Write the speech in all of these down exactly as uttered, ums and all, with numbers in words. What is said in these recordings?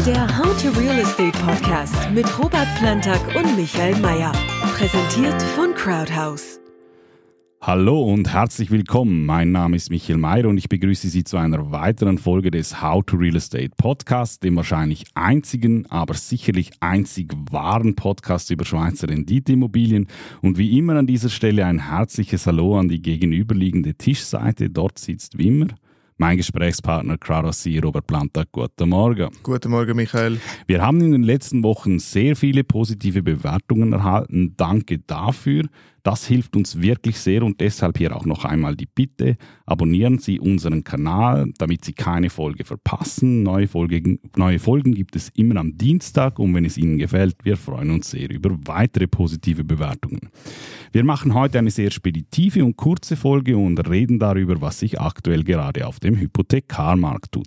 Der How to Real Estate Podcast mit Robert Plantag und Michael Mayer. Präsentiert von Crowdhouse. Hallo und herzlich willkommen. Mein Name ist Michael Mayer und ich begrüße Sie zu einer weiteren Folge des How to Real Estate Podcast, dem wahrscheinlich einzigen, aber sicherlich einzig wahren Podcast über Schweizer Renditeimmobilien. Und wie immer an dieser Stelle ein herzliches Hallo an die gegenüberliegende Tischseite. Dort sitzt wie immer mein Gesprächspartner Crowdhouse Robert Plantag. Guten Morgen. Guten Morgen, Michael. Wir haben in den letzten Wochen sehr viele positive Bewertungen erhalten. Danke dafür. Das hilft uns wirklich sehr und deshalb hier auch noch einmal die Bitte, abonnieren Sie unseren Kanal, damit Sie keine Folge verpassen. Neue Folgen, neue Folgen gibt es immer am Dienstag und wenn es Ihnen gefällt, wir freuen uns sehr über weitere positive Bewertungen. Wir machen heute eine sehr speditive und kurze Folge und reden darüber, was sich aktuell gerade auf dem Hypothekarmarkt tut.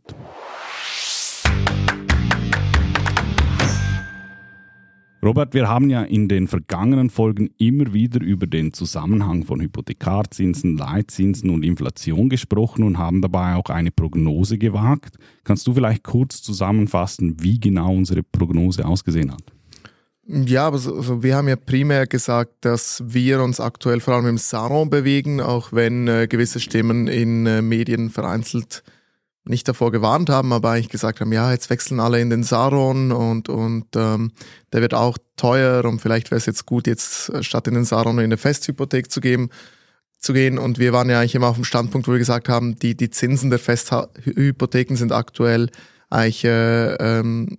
Robert, wir haben ja in den vergangenen Folgen immer wieder über den Zusammenhang von Hypothekarzinsen, Leitzinsen und Inflation gesprochen und haben dabei auch eine Prognose gewagt. Kannst du vielleicht kurz zusammenfassen, wie genau unsere Prognose ausgesehen hat? Ja, aber so, also wir haben ja primär gesagt, dass wir uns aktuell vor allem im Saron bewegen, auch wenn äh, gewisse Stimmen in äh, Medien vereinzelt nicht davor gewarnt haben, aber eigentlich gesagt haben, ja, jetzt wechseln alle in den Saron und, und ähm, der wird auch teuer und vielleicht wäre es jetzt gut, jetzt statt in den Saron in eine Festhypothek zu geben, zu gehen. Und wir waren ja eigentlich immer auf dem Standpunkt, wo wir gesagt haben, die, die Zinsen der Festhypotheken sind aktuell eigentlich äh, ähm,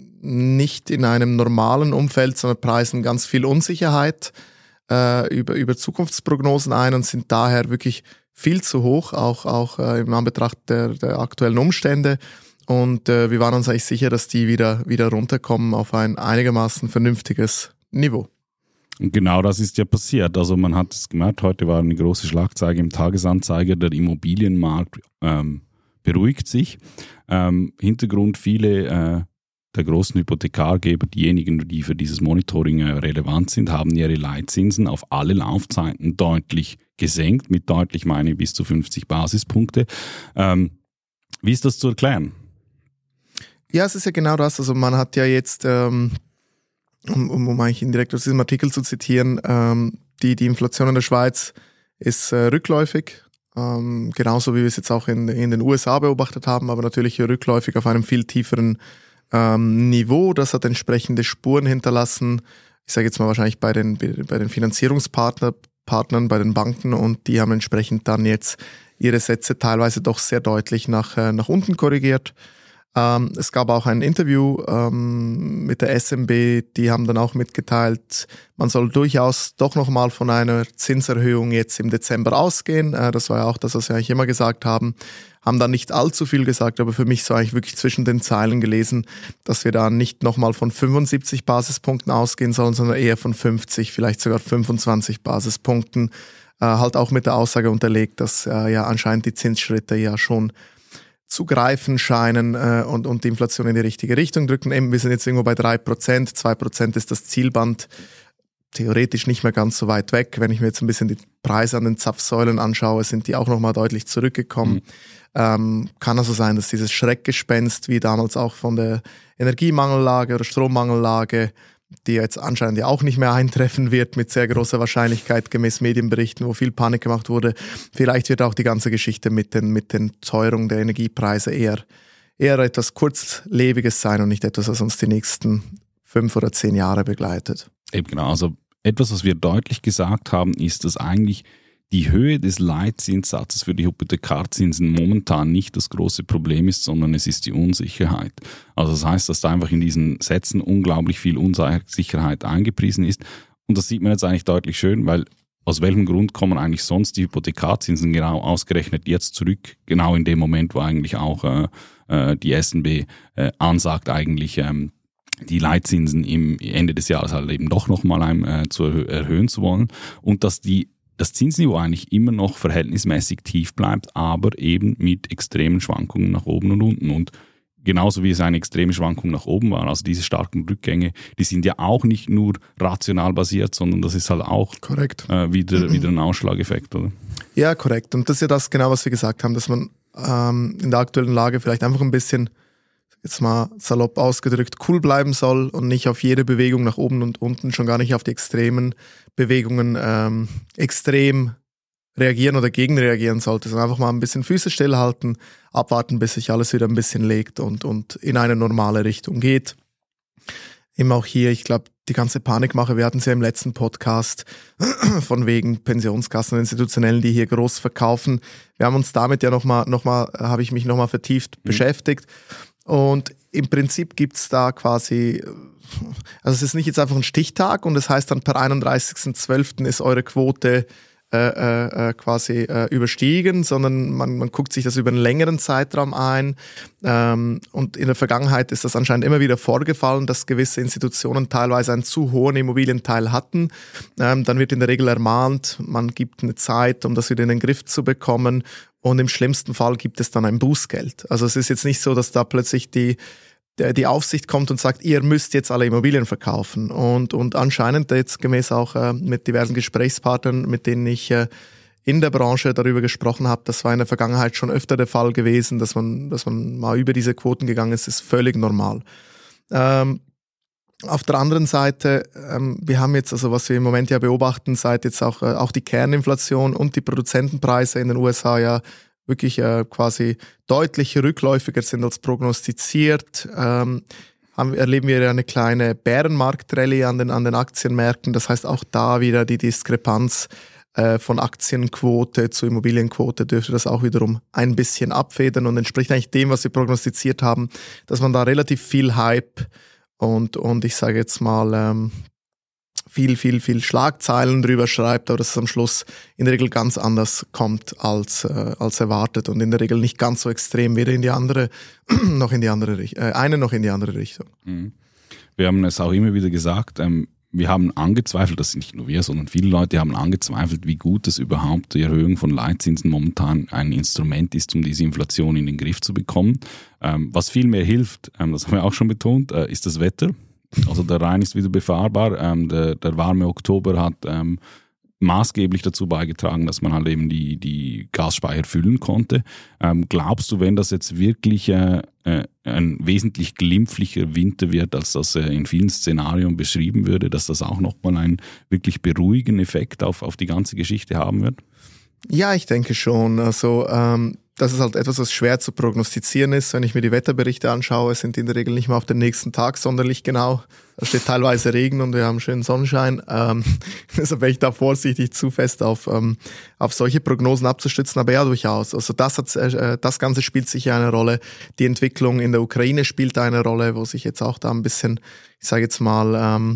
nicht in einem normalen Umfeld, sondern preisen ganz viel Unsicherheit äh, über, über Zukunftsprognosen ein und sind daher wirklich viel zu hoch, auch, auch äh, im Anbetracht der, der aktuellen Umstände. Und äh, wir waren uns eigentlich sicher, dass die wieder, wieder runterkommen auf ein einigermaßen vernünftiges Niveau. Und genau das ist ja passiert. Also man hat es gemerkt, heute war eine große Schlagzeile im Tagesanzeiger, der Immobilienmarkt ähm, beruhigt sich. Ähm, Hintergrund, viele äh, der großen Hypothekargeber, diejenigen, die für dieses Monitoring äh, relevant sind, haben ihre Leitzinsen auf alle Laufzeiten deutlich gesenkt. Mit deutlich meine ich bis zu fünfzig Basispunkte. Ähm, wie ist das zu erklären? Ja, es ist ja genau das. Also man hat ja jetzt, ähm, um, um, um eigentlich indirekt aus diesem Artikel zu zitieren, ähm, die, die Inflation in der Schweiz ist äh, rückläufig. Ähm, genauso wie wir es jetzt auch in, in den U S A beobachtet haben, aber natürlich rückläufig auf einem viel tieferen ähm, Niveau. Das hat entsprechende Spuren hinterlassen. Ich sage jetzt mal wahrscheinlich bei den, bei den Finanzierungspartnern, Partnern, bei den Banken, und die haben entsprechend dann jetzt ihre Sätze teilweise doch sehr deutlich nach, äh, nach unten korrigiert. Ähm, es gab auch ein Interview ähm, mit der S M B, die haben dann auch mitgeteilt, man soll durchaus doch nochmal von einer Zinserhöhung jetzt im Dezember ausgehen. Äh, das war ja auch das, was wir eigentlich immer gesagt haben. Haben da nicht allzu viel gesagt, aber für mich so eigentlich wirklich zwischen den Zeilen gelesen, dass wir da nicht nochmal von fünfundsiebzig Basispunkten ausgehen sollen, sondern eher von fünfzig, vielleicht sogar fünfundzwanzig Basispunkten. Äh, halt auch mit der Aussage unterlegt, dass äh, ja anscheinend die Zinsschritte ja schon zu greifen scheinen äh, und, und die Inflation in die richtige Richtung drücken. Eben, wir sind jetzt irgendwo bei drei Prozent, zwei Prozent ist das Zielband, theoretisch nicht mehr ganz so weit weg. Wenn ich mir jetzt ein bisschen die Preise an den Zapfsäulen anschaue, sind die auch nochmal deutlich zurückgekommen. Mhm. Ähm, kann also sein, dass dieses Schreckgespenst, wie damals auch von der Energiemangellage oder Strommangellage, die jetzt anscheinend ja auch nicht mehr eintreffen wird mit sehr großer Wahrscheinlichkeit gemäß Medienberichten, wo viel Panik gemacht wurde. Vielleicht wird auch die ganze Geschichte mit den, mit den Teuerungen der Energiepreise eher, eher etwas Kurzlebiges sein und nicht etwas, was uns die nächsten fünf oder zehn Jahre begleitet. Eben genau, also etwas, was wir deutlich gesagt haben, ist, dass eigentlich die Höhe des Leitzinssatzes für die Hypothekarzinsen momentan nicht das große Problem ist, sondern es ist die Unsicherheit. Also das heißt, dass da einfach in diesen Sätzen unglaublich viel Unsicherheit eingepriesen ist. Und das sieht man jetzt eigentlich deutlich schön, weil aus welchem Grund kommen eigentlich sonst die Hypothekarzinsen genau ausgerechnet jetzt zurück, genau in dem Moment, wo eigentlich auch äh, die S N B äh, ansagt, eigentlich ähm, die Leitzinsen im Ende des Jahres halt eben doch nochmal äh, zu erhö- erhöhen zu wollen und dass die das Zinsniveau eigentlich immer noch verhältnismäßig tief bleibt, aber eben mit extremen Schwankungen nach oben und unten. Und genauso wie es eine extreme Schwankung nach oben war, also diese starken Rückgänge, die sind ja auch nicht nur rational basiert, sondern das ist halt auch korrekt. Äh, wieder, mhm. wieder ein Ausschlageffekt, oder? Ja, korrekt. Und das ist ja das genau, was wir gesagt haben, dass man ähm, in der aktuellen Lage vielleicht einfach ein bisschen jetzt mal salopp ausgedrückt, cool bleiben soll und nicht auf jede Bewegung nach oben und unten, schon gar nicht auf die extremen Bewegungen ähm, extrem reagieren oder gegenreagieren sollte, sondern einfach mal ein bisschen Füße stillhalten, abwarten, bis sich alles wieder ein bisschen legt und, und in eine normale Richtung geht. Eben auch hier, ich glaube, die ganze Panikmache, wir hatten es ja im letzten Podcast von wegen Pensionskassen und Institutionellen, die hier groß verkaufen. Wir haben uns damit ja nochmal, noch mal, habe ich mich nochmal vertieft mhm. beschäftigt. Und im Prinzip gibt's da quasi, also es ist nicht jetzt einfach ein Stichtag und das heißt dann per einunddreißigsten zwölften ist eure Quote Äh, äh, quasi äh, überstiegen, sondern man, man guckt sich das über einen längeren Zeitraum ein. Ähm, und in der Vergangenheit ist das anscheinend immer wieder vorgefallen, dass gewisse Institutionen teilweise einen zu hohen Immobilienteil hatten. Ähm, dann wird in der Regel ermahnt, man gibt eine Zeit, um das wieder in den Griff zu bekommen. Und im schlimmsten Fall gibt es dann ein Bußgeld. Also es ist jetzt nicht so, dass da plötzlich die die Aufsicht kommt und sagt, ihr müsst jetzt alle Immobilien verkaufen. Und, und anscheinend jetzt gemäß auch äh, mit diversen Gesprächspartnern, mit denen ich äh, in der Branche darüber gesprochen habe, das war in der Vergangenheit schon öfter der Fall gewesen, dass man, dass man mal über diese Quoten gegangen ist, ist völlig normal. Ähm, auf der anderen Seite, ähm, wir haben jetzt, also was wir im Moment ja beobachten, seit jetzt auch, äh, auch die Kerninflation und die Produzentenpreise in den U S A ja wirklich äh, quasi deutlich rückläufiger sind als prognostiziert, ähm, haben, erleben wir eine kleine Bärenmarkt-Rallye an den, an den Aktienmärkten. Das heißt, auch da wieder die Diskrepanz äh, von Aktienquote zu Immobilienquote dürfte das auch wiederum ein bisschen abfedern und entspricht eigentlich dem, was wir prognostiziert haben, dass man da relativ viel Hype und, und ich sage jetzt mal ähm, viel, viel, viel Schlagzeilen drüber schreibt, aber dass es am Schluss in der Regel ganz anders kommt als, äh, als erwartet und in der Regel nicht ganz so extrem, weder in die andere noch in die andere Richtung, äh, eine noch in die andere Richtung. Wir haben es auch immer wieder gesagt, ähm, wir haben angezweifelt, das sind nicht nur wir, sondern viele Leute haben angezweifelt, wie gut es überhaupt die Erhöhung von Leitzinsen momentan ein Instrument ist, um diese Inflation in den Griff zu bekommen. Ähm, was viel mehr hilft, ähm, das haben wir auch schon betont, äh, ist das Wetter. Also der Rhein ist wieder befahrbar. Ähm, der, der warme Oktober hat ähm, maßgeblich dazu beigetragen, dass man halt eben die, die Gasspeicher füllen konnte. Ähm, glaubst du, wenn das jetzt wirklich äh, äh, ein wesentlich glimpflicher Winter wird, als das äh, in vielen Szenarien beschrieben würde, dass das auch nochmal einen wirklich beruhigenden Effekt auf, auf die ganze Geschichte haben wird? Ja, ich denke schon. Also ähm, das ist halt etwas, was schwer zu prognostizieren ist. Wenn ich mir die Wetterberichte anschaue, sind die in der Regel nicht mal auf den nächsten Tag sonderlich genau. Da steht teilweise Regen und wir haben schönen Sonnenschein. Ähm, deshalb wäre ich da vorsichtig, zu fest auf, ähm, auf solche Prognosen abzustützen. Aber ja, durchaus. Also das, hat, äh, das Ganze spielt sicher eine Rolle. Die Entwicklung in der Ukraine spielt eine Rolle, wo sich jetzt auch da ein bisschen, ich sage jetzt mal, ähm,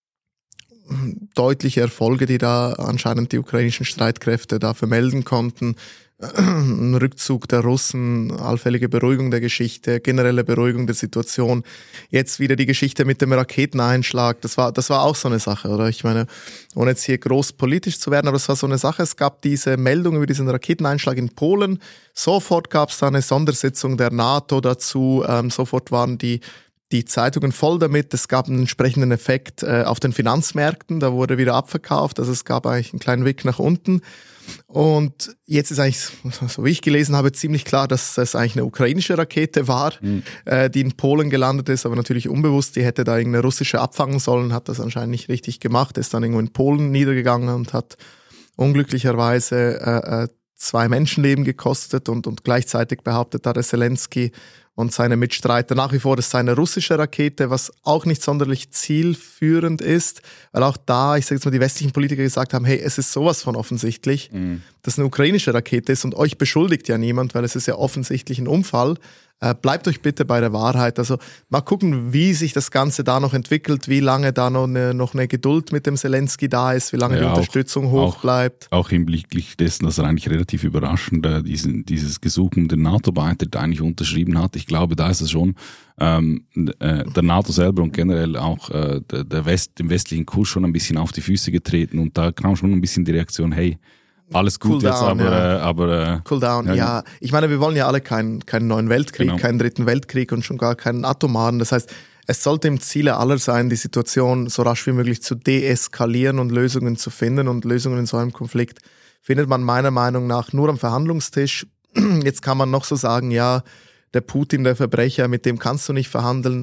deutliche Erfolge, die da anscheinend die ukrainischen Streitkräfte da vermelden konnten. Ein Rückzug der Russen, allfällige Beruhigung der Geschichte, generelle Beruhigung der Situation. Jetzt wieder die Geschichte mit dem Raketeneinschlag. Das war, das war auch so eine Sache, oder? Ich meine, ohne jetzt hier groß politisch zu werden, aber es war so eine Sache. Es gab diese Meldung über diesen Raketeneinschlag in Polen. Sofort gab es da eine Sondersitzung der NATO dazu. Ähm, sofort waren die Die Zeitungen voll damit, es gab einen entsprechenden Effekt äh, auf den Finanzmärkten, da wurde wieder abverkauft, also es gab eigentlich einen kleinen Weg nach unten. Und jetzt ist eigentlich, so wie ich gelesen habe, ziemlich klar, dass es eigentlich eine ukrainische Rakete war, mhm. äh, die in Polen gelandet ist, aber natürlich unbewusst, die hätte da irgendeine russische abfangen sollen, hat das anscheinend nicht richtig gemacht, ist dann irgendwo in Polen niedergegangen und hat unglücklicherweise äh, äh, zwei Menschenleben gekostet und, und gleichzeitig behauptet da der Zelensky und seine Mitstreiter nach wie vor, das sei eine russische Rakete, was auch nicht sonderlich zielführend ist, weil auch da, ich sage jetzt mal, die westlichen Politiker gesagt haben, hey, es ist sowas von offensichtlich, mhm. dass es eine ukrainische Rakete ist und euch beschuldigt ja niemand, weil es ist ja offensichtlich ein Unfall. Äh, bleibt euch bitte bei der Wahrheit. Also mal gucken, wie sich das Ganze da noch entwickelt, wie lange da noch eine, noch eine Geduld mit dem Zelensky da ist, wie lange ja, die Unterstützung auch, hoch auch, bleibt. Auch hinblicklich dessen, dass er eigentlich relativ überraschend äh, diesen, dieses Gesuch um den NATO-Beitritt eigentlich unterschrieben hat. Ich glaube, da ist es schon ähm, äh, der NATO selber und generell auch äh, der, der West, dem westlichen Kurs schon ein bisschen auf die Füße getreten und da kam schon ein bisschen die Reaktion, hey, alles gut cool jetzt, down, aber... Ja. Äh, aber äh, cool down, ja. ja. Ich meine, wir wollen ja alle keinen, keinen neuen Weltkrieg, genau. keinen dritten Weltkrieg und schon gar keinen atomaren. Das heißt, es sollte im Ziele aller sein, die Situation so rasch wie möglich zu deeskalieren und Lösungen zu finden. Und Lösungen in so einem Konflikt findet man meiner Meinung nach nur am Verhandlungstisch. Jetzt kann man noch so sagen, ja, der Putin, der Verbrecher, mit dem kannst du nicht verhandeln.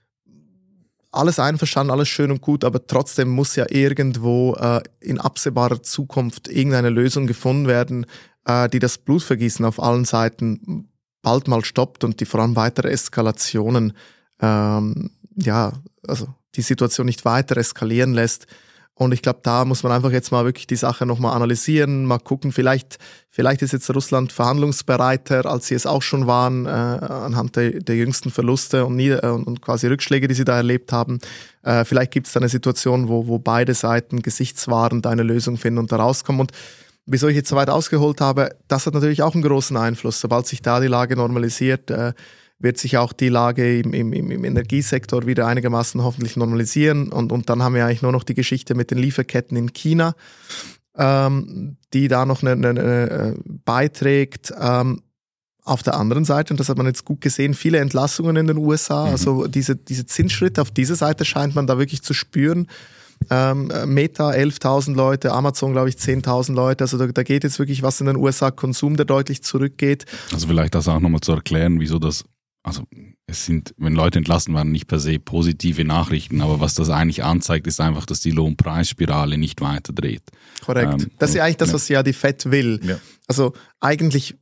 Alles einverstanden, alles schön und gut, aber trotzdem muss ja irgendwo äh, in absehbarer Zukunft irgendeine Lösung gefunden werden, äh, die das Blutvergießen auf allen Seiten bald mal stoppt und die vor allem weitere Eskalationen, ähm, ja, also die Situation nicht weiter eskalieren lässt. Und ich glaube, da muss man einfach jetzt mal wirklich die Sache nochmal analysieren, mal gucken, vielleicht, vielleicht ist jetzt Russland verhandlungsbereiter, als sie es auch schon waren, äh, anhand der, der jüngsten Verluste und, Nieder- und, und quasi Rückschläge, die sie da erlebt haben. Äh, vielleicht gibt es da eine Situation, wo, wo beide Seiten gesichtswahrend eine Lösung finden und da rauskommen. Und wieso ich jetzt so weit ausgeholt habe, das hat natürlich auch einen großen Einfluss. Sobald sich da die Lage normalisiert, äh, wird sich auch die Lage im, im, im Energiesektor wieder einigermaßen hoffentlich normalisieren. Und, und dann haben wir eigentlich nur noch die Geschichte mit den Lieferketten in China, ähm, die da noch eine, eine, eine beiträgt. Ähm, auf der anderen Seite, und das hat man jetzt gut gesehen, viele Entlassungen in den U S A. Mhm. Also diese, diese Zinsschritte auf dieser Seite scheint man da wirklich zu spüren. Ähm, Meta elftausend Leute, Amazon glaube ich zehntausend Leute, also da, da geht jetzt wirklich was in den U S A, Konsum, der deutlich zurückgeht. Also vielleicht das auch nochmal zu erklären, wieso das, also es sind, wenn Leute entlassen werden, nicht per se positive Nachrichten, aber was das eigentlich anzeigt, ist einfach, dass die Lohnpreisspirale nicht weiter dreht. Korrekt. Ähm, das ist ja eigentlich das, was ja die Fed will. Ja. Also eigentlich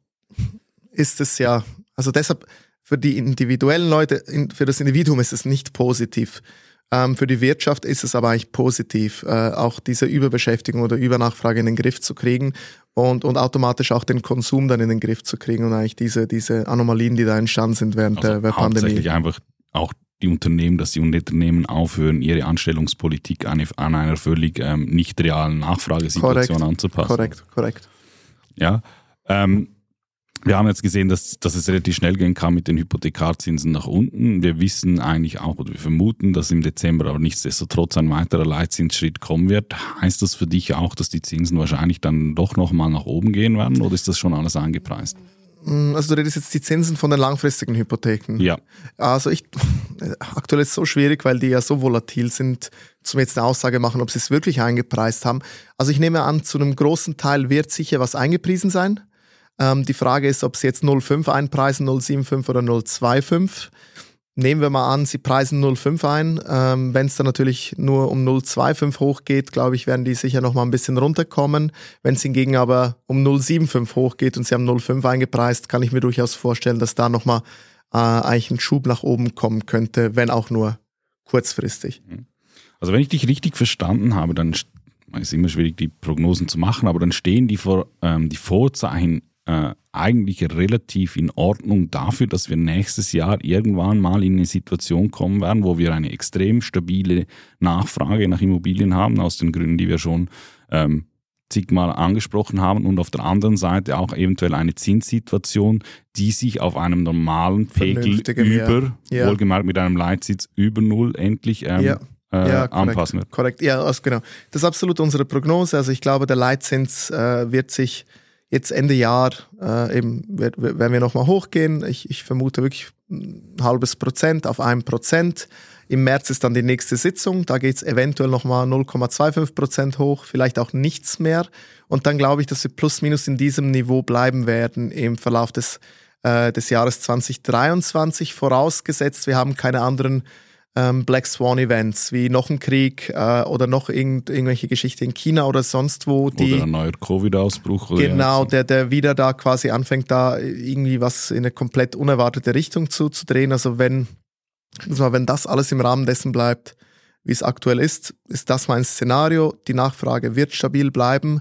ist es ja, also deshalb für die individuellen Leute, für das Individuum ist es nicht positiv. Ähm, für die Wirtschaft ist es aber eigentlich positiv, äh, auch diese Überbeschäftigung oder Übernachfrage in den Griff zu kriegen und, und automatisch auch den Konsum dann in den Griff zu kriegen und eigentlich diese, diese Anomalien, die da entstanden sind während also der, der Pandemie. Hauptsächlich einfach auch die Unternehmen, dass die Unternehmen aufhören, ihre Anstellungspolitik an, an einer völlig ähm, nicht realen Nachfragesituation korrekt, anzupassen. Korrekt, korrekt. Ja, ähm, wir haben jetzt gesehen, dass, dass es relativ schnell gehen kann mit den Hypothekarzinsen nach unten. Wir wissen eigentlich auch, oder wir vermuten, dass im Dezember aber nichtsdestotrotz ein weiterer Leitzinsschritt kommen wird. Heißt das für dich auch, dass die Zinsen wahrscheinlich dann doch nochmal nach oben gehen werden, oder ist das schon alles eingepreist? Also du redest jetzt die Zinsen von den langfristigen Hypotheken. Ja. Also ich, aktuell ist es so schwierig, weil die ja so volatil sind, zum jetzt eine Aussage machen, ob sie es wirklich eingepreist haben. Also ich nehme an, zu einem großen Teil wird sicher was eingepriesen sein. Ähm, die Frage ist, ob sie jetzt null Komma fünf einpreisen, null Komma fünfundsiebzig oder null Komma fünfundzwanzig. Nehmen wir mal an, sie preisen null Komma fünf ein. Ähm, wenn es dann natürlich nur um null Komma fünfundzwanzig hochgeht, glaube ich, werden die sicher noch mal ein bisschen runterkommen. Wenn es hingegen aber um null Komma fünfundsiebzig hochgeht und sie haben null Komma fünf eingepreist, kann ich mir durchaus vorstellen, dass da noch mal äh, eigentlich ein Schub nach oben kommen könnte, wenn auch nur kurzfristig. Also wenn ich dich richtig verstanden habe, dann ist immer schwierig, die Prognosen zu machen, aber dann stehen die, Vor, ähm, die Vorzeichen Äh, eigentlich relativ in Ordnung dafür, dass wir nächstes Jahr irgendwann mal in eine Situation kommen werden, wo wir eine extrem stabile Nachfrage nach Immobilien haben, aus den Gründen, die wir schon ähm, zigmal angesprochen haben, und auf der anderen Seite auch eventuell eine Zinssituation, die sich auf einem normalen Pegel über, ja. wohlgemerkt mit einem Leitzins über Null endlich ähm, ja. Äh, ja, anpassen wird. Korrekt, ja, also genau. Das ist absolut unsere Prognose. Also ich glaube, der Leitzins äh, wird sich jetzt Ende Jahr äh, eben werden wir nochmal hochgehen. Ich, ich vermute wirklich ein halbes Prozent auf ein Prozent. Im März ist dann die nächste Sitzung. Da geht es eventuell nochmal null Komma fünfundzwanzig Prozent hoch, vielleicht auch nichts mehr. Und dann glaube ich, dass wir plus minus in diesem Niveau bleiben werden im Verlauf des, äh, des Jahres zwanzig dreiundzwanzig. Vorausgesetzt, wir haben keine anderen Ähm, Black Swan Events, wie noch ein Krieg äh, oder noch irgend, irgendwelche Geschichten in China oder sonst wo. Die, oder ein neuer Covid-Ausbruch. Genau, der, der wieder da quasi anfängt, da irgendwie was in eine komplett unerwartete Richtung zu, zu drehen. Also wenn, also wenn das alles im Rahmen dessen bleibt, wie es aktuell ist, ist das mein Szenario. Die Nachfrage wird stabil bleiben.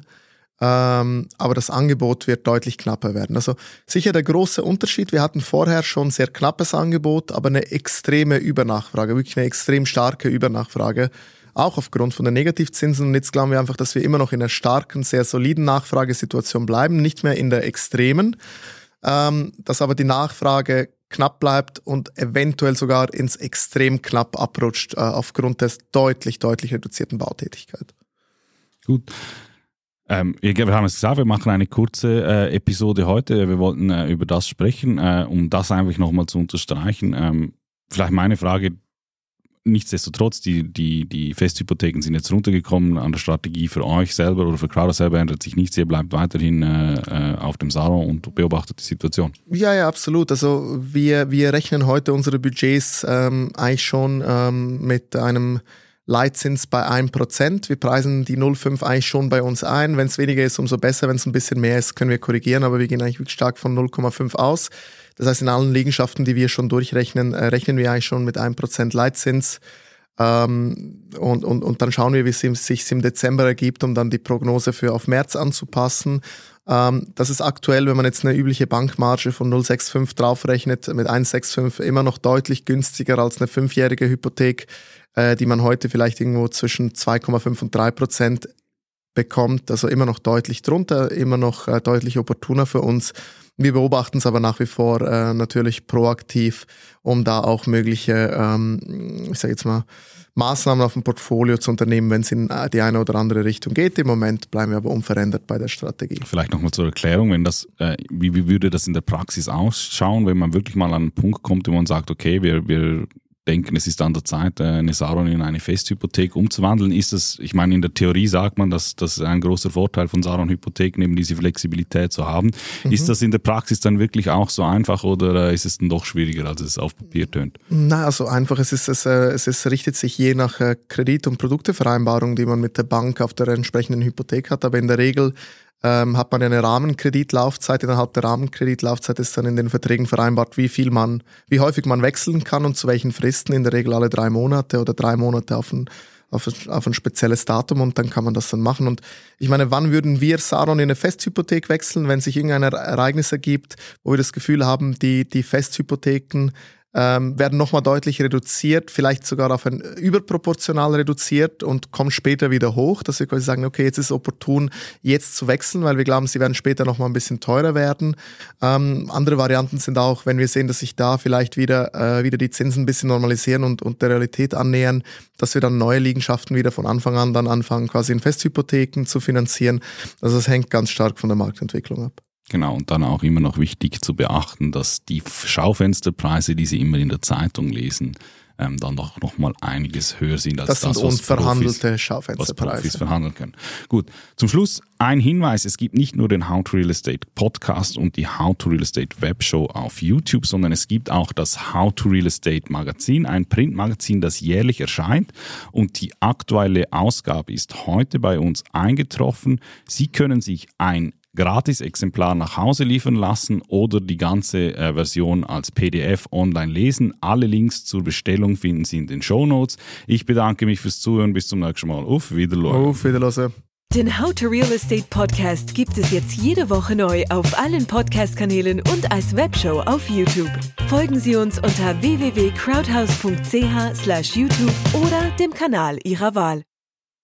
Ähm, aber das Angebot wird deutlich knapper werden. Also sicher der große Unterschied, wir hatten vorher schon sehr knappes Angebot, aber eine extreme Übernachfrage, wirklich eine extrem starke Übernachfrage, auch aufgrund von den Negativzinsen. Und jetzt glauben wir einfach, dass wir immer noch in einer starken, sehr soliden Nachfragesituation bleiben, nicht mehr in der extremen, ähm, dass aber die Nachfrage knapp bleibt und eventuell sogar ins extrem knapp abrutscht, äh, aufgrund der deutlich, deutlich reduzierten Bautätigkeit. Gut. Ähm, wir haben es gesagt, wir machen eine kurze äh, Episode heute. Wir wollten äh, über das sprechen, äh, um das einfach nochmal zu unterstreichen. Ähm, vielleicht meine Frage, nichtsdestotrotz, die, die, die Festhypotheken sind jetzt runtergekommen. An der Strategie für euch selber oder für Crowder selber ändert sich nichts. Ihr bleibt weiterhin äh, auf dem Saron und beobachtet die Situation. Ja, ja, absolut. Also wir, wir rechnen heute unsere Budgets ähm, eigentlich schon ähm, mit einem Leitzins bei ein Prozent. Wir preisen die null Komma fünf eigentlich schon bei uns ein. Wenn es weniger ist, umso besser. Wenn es ein bisschen mehr ist, können wir korrigieren. Aber wir gehen eigentlich wirklich stark von null Komma fünf aus. Das heißt, in allen Liegenschaften, die wir schon durchrechnen, äh, rechnen wir eigentlich schon mit ein Prozent Leitzins. Ähm, und, und, und dann schauen wir, wie es sich im Dezember ergibt, um dann die Prognose für auf März anzupassen. Ähm, das ist aktuell, wenn man jetzt eine übliche Bankmarge von null Komma sechsundfünfzig draufrechnet, mit eins Komma fünfundsechzig immer noch deutlich günstiger als eine fünfjährige Hypothek, äh, die man heute vielleicht irgendwo zwischen zwei Komma fünf und drei Prozent bekommt. Also immer noch deutlich drunter, immer noch äh, deutlich opportuner für uns. Wir beobachten es aber nach wie vor äh, natürlich proaktiv, um da auch mögliche, ähm, ich sage jetzt mal, Maßnahmen auf dem Portfolio zu unternehmen, wenn es in die eine oder andere Richtung geht. Im Moment bleiben wir aber unverändert bei der Strategie. Vielleicht nochmal zur Erklärung, wenn das, äh, wie, wie würde das in der Praxis ausschauen, wenn man wirklich mal an einen Punkt kommt, wo man sagt, okay, wir, wir denken, es ist an der Zeit, eine Saron in eine Festhypothek umzuwandeln. Ist das, ich meine, in der Theorie sagt man, dass das ein großer Vorteil von Saron-Hypotheken eben diese Flexibilität zu haben. Mhm. Ist das in der Praxis dann wirklich auch so einfach oder ist es dann doch schwieriger, als es auf Papier tönt? Na, so einfach. Es ist, es, es, es richtet sich je nach Kredit- und Produktevereinbarung, die man mit der Bank auf der entsprechenden Hypothek hat. Aber in der Regel Ähm, hat man eine Rahmenkreditlaufzeit. Innerhalb der Rahmenkreditlaufzeit ist dann in den Verträgen vereinbart, wie viel man, wie häufig man wechseln kann und zu welchen Fristen. In der Regel alle drei Monate oder drei Monate auf ein, auf ein, auf ein spezielles Datum und dann kann man das dann machen. Und ich meine, wann würden wir Saron in eine Festhypothek wechseln, wenn sich irgendein Ereignis ergibt, wo wir das Gefühl haben, die, die Festhypotheken Ähm, werden nochmal deutlich reduziert, vielleicht sogar auf ein überproportional reduziert und kommen später wieder hoch, dass wir quasi sagen, okay, jetzt ist es opportun, jetzt zu wechseln, weil wir glauben, sie werden später nochmal ein bisschen teurer werden. Ähm, andere Varianten sind auch, wenn wir sehen, dass sich da vielleicht wieder, äh, wieder die Zinsen ein bisschen normalisieren und, und der Realität annähern, dass wir dann neue Liegenschaften wieder von Anfang an dann anfangen, quasi in Festhypotheken zu finanzieren. Also das hängt ganz stark von der Marktentwicklung ab. Genau, und dann auch immer noch wichtig zu beachten, dass die Schaufensterpreise, die Sie immer in der Zeitung lesen, ähm, dann doch noch mal einiges höher sind als das, das sind was unverhandelte Profis, Schaufensterpreise. was Profis verhandeln können. Gut, zum Schluss ein Hinweis, es gibt nicht nur den How to Real Estate Podcast und die How to Real Estate Webshow auf YouTube, sondern es gibt auch das How to Real Estate Magazin, ein Printmagazin, das jährlich erscheint und die aktuelle Ausgabe ist heute bei uns eingetroffen. Sie können sich ein Gratis-Exemplar nach Hause liefern lassen oder die ganze äh, Version als P D F online lesen. Alle Links zur Bestellung finden Sie in den Shownotes. Ich bedanke mich fürs Zuhören. Bis zum nächsten Mal. Auf Wiedersehen. Auf Wiedersehen. Den How to Real Estate Podcast gibt es jetzt jede Woche neu auf allen Podcast-Kanälen und als Webshow auf YouTube. Folgen Sie uns unter w w w punkt crowdhouse punkt c h slash YouTube oder dem Kanal Ihrer Wahl.